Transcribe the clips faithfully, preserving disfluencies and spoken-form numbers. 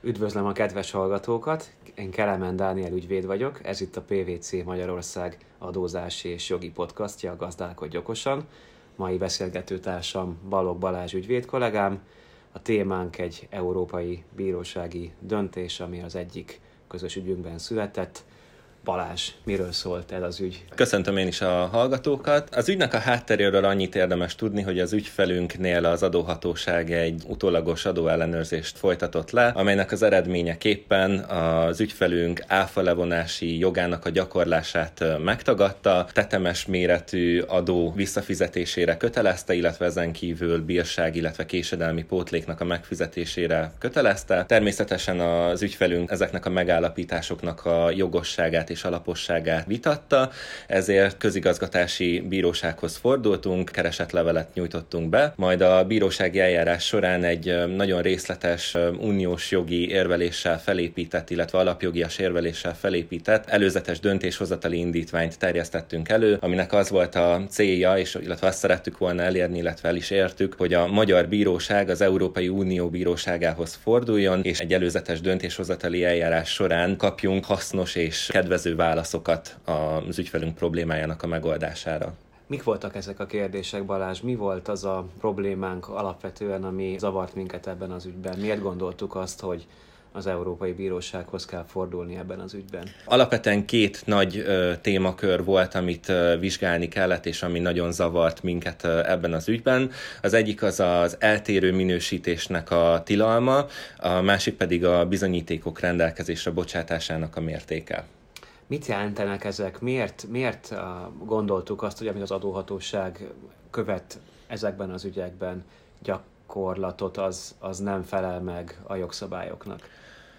Üdvözlöm a kedves hallgatókat, én Kelemen Dániel ügyvéd vagyok, ez itt a pé vé cé Magyarország adózási és jogi podcastja, a Gazdálkodj okosan. Mai beszélgetőtársam Balogh Balázs ügyvéd kollégám, a témánk egy európai bírósági döntés, ami az egyik közös ügyünkben született. Balázs, miről szólt ez az ügy? Köszöntöm én is a hallgatókat. Az ügynek a hátteréről annyit érdemes tudni, hogy az ügyfelünknél az adóhatóság egy utólagos adóellenőrzést folytatott le, amelynek az eredményeképpen az ügyfelünk áfa levonási jogának a gyakorlását megtagadta, tetemes méretű adó visszafizetésére kötelezte, illetve ezen kívül bírság, illetve késedelmi pótléknak a megfizetésére kötelezte. Természetesen az ügyfelünk ezeknek a megállapításoknak a jogosságát és alaposságát vitatta, ezért közigazgatási bírósághoz fordultunk, keresetlevelet nyújtottunk be, majd a bírósági eljárás során egy nagyon részletes uniós jogi érveléssel felépített, illetve alapjogias érveléssel felépített előzetes döntéshozatali indítványt terjesztettünk elő, aminek az volt a célja, és illetve azt szerettük volna elérni, illetve el is értük, hogy a magyar bíróság az Európai Unió bíróságához forduljon, és egy előzetes döntéshozatali eljárás során kapjunk hasznos és kedvező válaszokat az ügyfelünk problémájának a megoldására. Mik voltak ezek a kérdések, Balázs? Mi volt az a problémánk alapvetően, ami zavart minket ebben az ügyben? Miért gondoltuk azt, hogy az Európai Bírósághoz kell fordulni ebben az ügyben? Alapvetően két nagy ö, témakör volt, amit ö, vizsgálni kellett, és ami nagyon zavart minket ö, ebben az ügyben. Az egyik az az eltérő minősítésnek a tilalma, a másik pedig a bizonyítékok rendelkezésre bocsátásának a mértéke. Mit jelentenek ezek? Miért, miért gondoltuk azt, hogy amit az adóhatóság követ ezekben az ügyekben gyakorlatot, az, az nem felel meg a jogszabályoknak?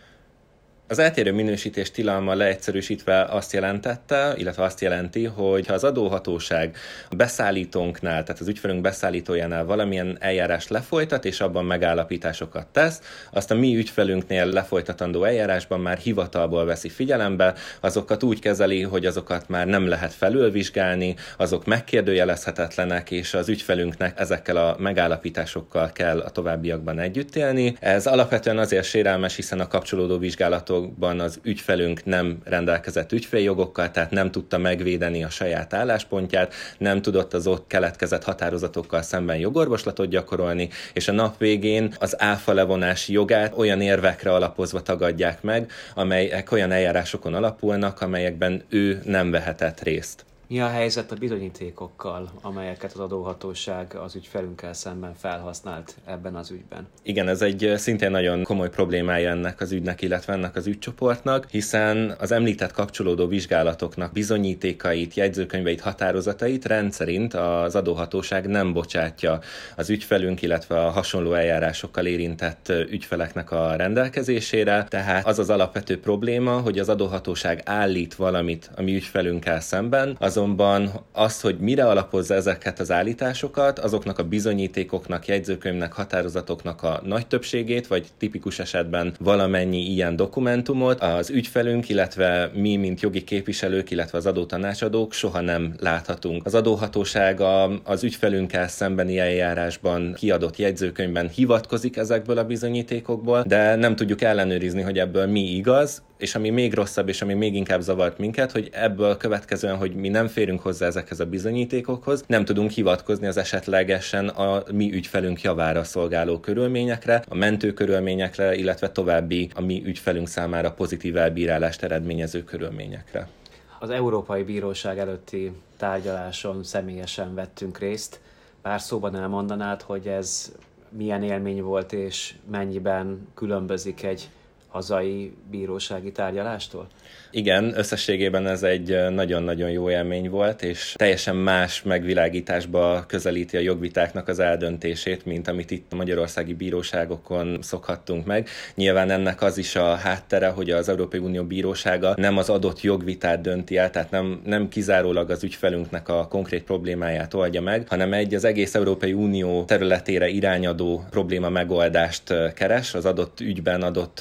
Az eltérő minősítés tilalma leegyszerűsítve azt jelentette, illetve azt jelenti, hogy ha az adóhatóság a beszállítónknál, tehát az ügyfelünk beszállítójánál valamilyen eljárást lefolytat, és abban megállapításokat tesz, azt a mi ügyfelünknél lefolytatandó eljárásban már hivatalból veszi figyelembe, azokat úgy kezeli, hogy azokat már nem lehet felülvizsgálni, azok megkérdőjelezhetetlenek, és az ügyfelünknek ezekkel a megállapításokkal kell a továbbiakban együtt élni. Ez alapvetően azért sérelmes, hiszen a kapcsolódó vizsgálatok az ügyfelünk nem rendelkezett ügyféljogokkal, tehát nem tudta megvédeni a saját álláspontját, nem tudott az ott keletkezett határozatokkal szemben jogorvoslatot gyakorolni, és a nap végén az áfa levonási jogát olyan érvekre alapozva tagadják meg, amelyek olyan eljárásokon alapulnak, amelyekben ő nem vehetett részt. Mi a helyzet a bizonyítékokkal, amelyeket az adóhatóság az ügyfelünkkel szemben felhasznált ebben az ügyben? Igen, ez egy szintén nagyon komoly problémája ennek az ügynek, illetve ennek az ügycsoportnak, hiszen az említett kapcsolódó vizsgálatoknak bizonyítékait, jegyzőkönyveit, határozatait rendszerint az adóhatóság nem bocsátja az ügyfelünk, illetve a hasonló eljárásokkal érintett ügyfeleknek a rendelkezésére. Tehát az az alapvető probléma, hogy az adóhatóság állít valamit a mi ügyfelünkkel szemben, az Azonban az, hogy mire alapozza ezeket az állításokat, azoknak a bizonyítékoknak, jegyzőkönyvnek, határozatoknak a nagy többségét, vagy tipikus esetben valamennyi ilyen dokumentumot az ügyfelünk, illetve mi, mint jogi képviselők, illetve az adótanácsadók soha nem láthatunk. Az adóhatóság az ügyfelünkkel szembeni eljárásban kiadott jegyzőkönyvben hivatkozik ezekből a bizonyítékokból, de nem tudjuk ellenőrizni, hogy ebből mi igaz, és ami még rosszabb, és ami még inkább zavart minket, hogy ebből következően, hogy mi nem férünk hozzá ezekhez a bizonyítékokhoz, nem tudunk hivatkozni az esetlegesen a mi ügyfelünk javára szolgáló körülményekre, a mentő körülményekre, illetve további a mi ügyfelünk számára pozitív elbírálást eredményező körülményekre. Az Európai Bíróság előtti tárgyaláson személyesen vettünk részt. Pár szóban elmondanád, hogy ez milyen élmény volt, és mennyiben különbözik egy hazai bírósági tárgyalástól? Igen, összességében ez egy nagyon-nagyon jó élmény volt, és teljesen más megvilágításba közelíti a jogvitáknak az eldöntését, mint amit itt a magyarországi bíróságokon szokhattunk meg. Nyilván ennek az is a háttere, hogy az Európai Unió Bírósága nem az adott jogvitát dönti el, tehát nem, nem kizárólag az ügyfelünknek a konkrét problémáját oldja meg, hanem egy az egész Európai Unió területére irányadó probléma megoldást keres, az adott ügyben adott problémát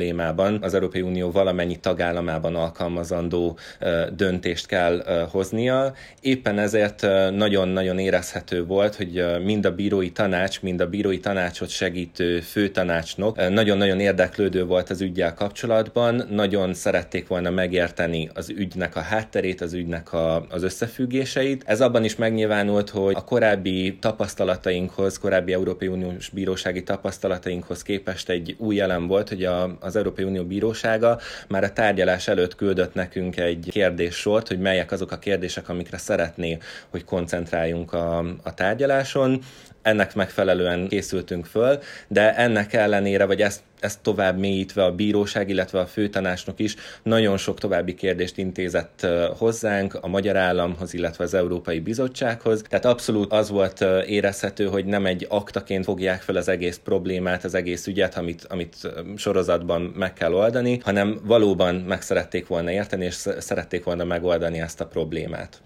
problémában az Európai Unió valamennyi tagállamában alkalmazandó döntést kell hoznia. Éppen ezért nagyon-nagyon érezhető volt, hogy mind a bírói tanács, mind a bírói tanácsot segítő főtanácsnok nagyon-nagyon érdeklődő volt az üggyel kapcsolatban, nagyon szerették volna megérteni az ügynek a hátterét, az ügynek a, az összefüggéseit. Ez abban is megnyilvánult, hogy a korábbi tapasztalatainkhoz, korábbi Európai Uniós bírósági tapasztalatainkhoz képest egy új elem volt, hogy a, az Európai Unió bírósága már a tárgyalás előtt küldött nekünk egy kérdéssort, hogy melyek azok a kérdések, amikre szeretné, hogy koncentráljunk a, a tárgyaláson. Ennek megfelelően készültünk föl, de ennek ellenére, vagy ezt, ezt tovább mélyítve a bíróság, illetve a főtanácsnok is nagyon sok további kérdést intézett hozzánk, a magyar államhoz, illetve az Európai Bizottsághoz. Tehát abszolút az volt érezhető, hogy nem egy aktaként fogják fel az egész problémát, az egész ügyet, amit, amit sorozatban meg kell oldani, hanem valóban meg szerették volna érteni, és szerették volna megoldani ezt a problémát.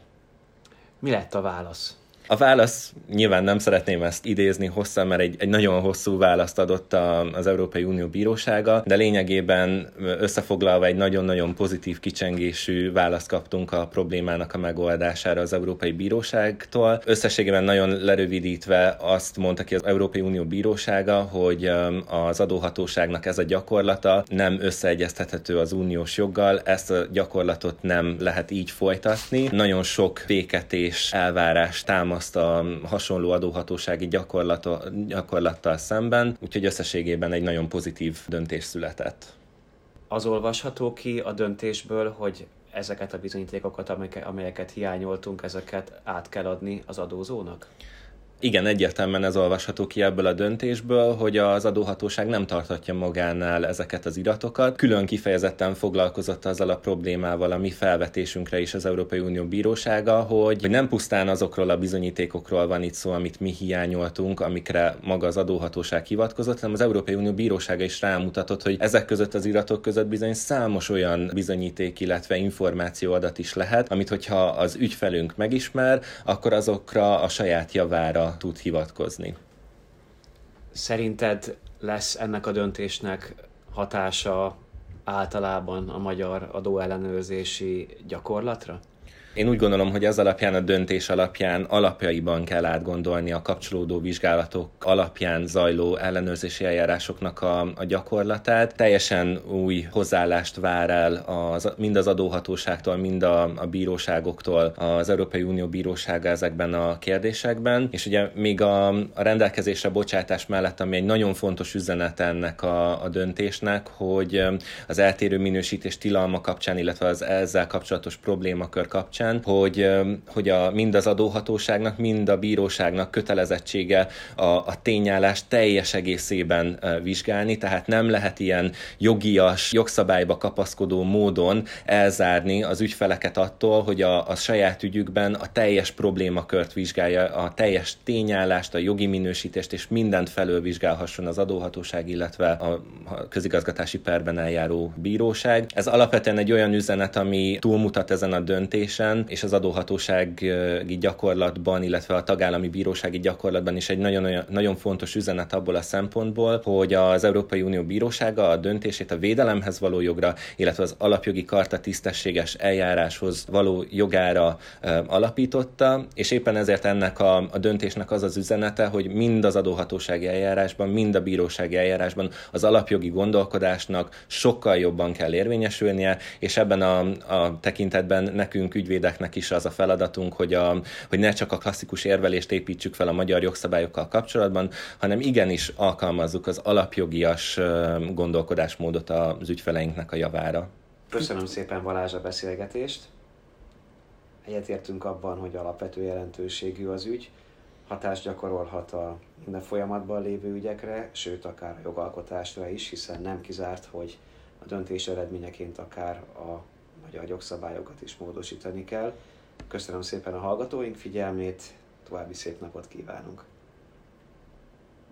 Mi lett a válasz? A válasz, nyilván nem szeretném ezt idézni hosszan, mert egy, egy nagyon hosszú választ adott a, az Európai Unió bírósága, de lényegében összefoglalva egy nagyon-nagyon pozitív kicsengésű választ kaptunk a problémának a megoldására az Európai Bíróságtól. Összességében nagyon lerövidítve azt mondta ki az Európai Unió bírósága, hogy az adóhatóságnak ez a gyakorlata nem összeegyeztethető az uniós joggal, ezt a gyakorlatot nem lehet így folytatni. Nagyon sok féket és elvárást támaszt a hasonló adóhatósági gyakorlattal szemben, úgyhogy összességében egy nagyon pozitív döntés született. Az olvasható ki a döntésből, hogy ezeket a bizonyítékokat, amelyeket hiányoltunk, ezeket át kell adni az adózónak? Igen, egyértelműen ez olvasható ki ebből a döntésből, hogy az adóhatóság nem tarthatja magánál ezeket az iratokat. Külön kifejezetten foglalkozott azzal a problémával a mi felvetésünkre is az Európai Unió bírósága, hogy nem pusztán azokról a bizonyítékokról van itt szó, amit mi hiányoltunk, amikre maga az adóhatóság hivatkozott, hanem az Európai Unió bírósága is rámutatott, hogy ezek között az iratok között bizony számos olyan bizonyíték, illetve információadat is lehet, amit hogyha az ügyfelünk megismer, akkor azokra a saját javára tud hivatkozni. Szerinted lesz ennek a döntésnek hatása általában a magyar adóellenőrzési gyakorlatra? Én úgy gondolom, hogy az alapján, a döntés alapján alapjaiban kell átgondolni a kapcsolódó vizsgálatok alapján zajló ellenőrzési eljárásoknak a, a gyakorlatát. Teljesen új hozzáállást vár el az, mind az adóhatóságtól, mind a, a bíróságoktól az Európai Unió bírósága ezekben a kérdésekben. És ugye még a, a rendelkezésre bocsátás mellett, ami egy nagyon fontos üzenet ennek a, a döntésnek, hogy az eltérő minősítés tilalma kapcsán, illetve az ezzel kapcsolatos problémakör kapcsán, hogy, hogy a, mind az adóhatóságnak, mind a bíróságnak kötelezettsége a, a tényállást teljes egészében vizsgálni, tehát nem lehet ilyen jogias, jogszabályba kapaszkodó módon elzárni az ügyfeleket attól, hogy a, a saját ügyükben a teljes problémakört vizsgálja, a teljes tényállást, a jogi minősítést és mindent felülvizsgálhasson az adóhatóság, illetve a közigazgatási perben eljáró bíróság. Ez alapvetően egy olyan üzenet, ami túlmutat ezen a döntésen, és az adóhatósági gyakorlatban, illetve a tagállami bírósági gyakorlatban is egy nagyon, nagyon fontos üzenet abból a szempontból, hogy az Európai Unió bírósága a döntését a védelemhez való jogra, illetve az alapjogi karta tisztességes eljáráshoz való jogára e, alapította, és éppen ezért ennek a, a döntésnek az az üzenete, hogy mind az adóhatósági eljárásban, mind a bírósági eljárásban az alapjogi gondolkodásnak sokkal jobban kell érvényesülnie, és ebben a, a tekintetben nekünk ügyvédeknek is az a feladatunk, hogy, a, hogy ne csak a klasszikus érvelést építsük fel a magyar jogszabályokkal kapcsolatban, hanem igenis alkalmazzuk az alapjogias gondolkodásmódot az ügyfeleinknek a javára. Köszönöm szépen, Balázs, a beszélgetést. Egyetértünk abban, hogy alapvető jelentőségű az ügy, hatást gyakorolhat a minden folyamatban lévő ügyekre, sőt akár a jogalkotásra is, hiszen nem kizárt, hogy a döntés eredményeként akár a magyar jogszabályokat is módosítani kell. Köszönöm szépen a hallgatóink figyelmét, további szép napot kívánunk!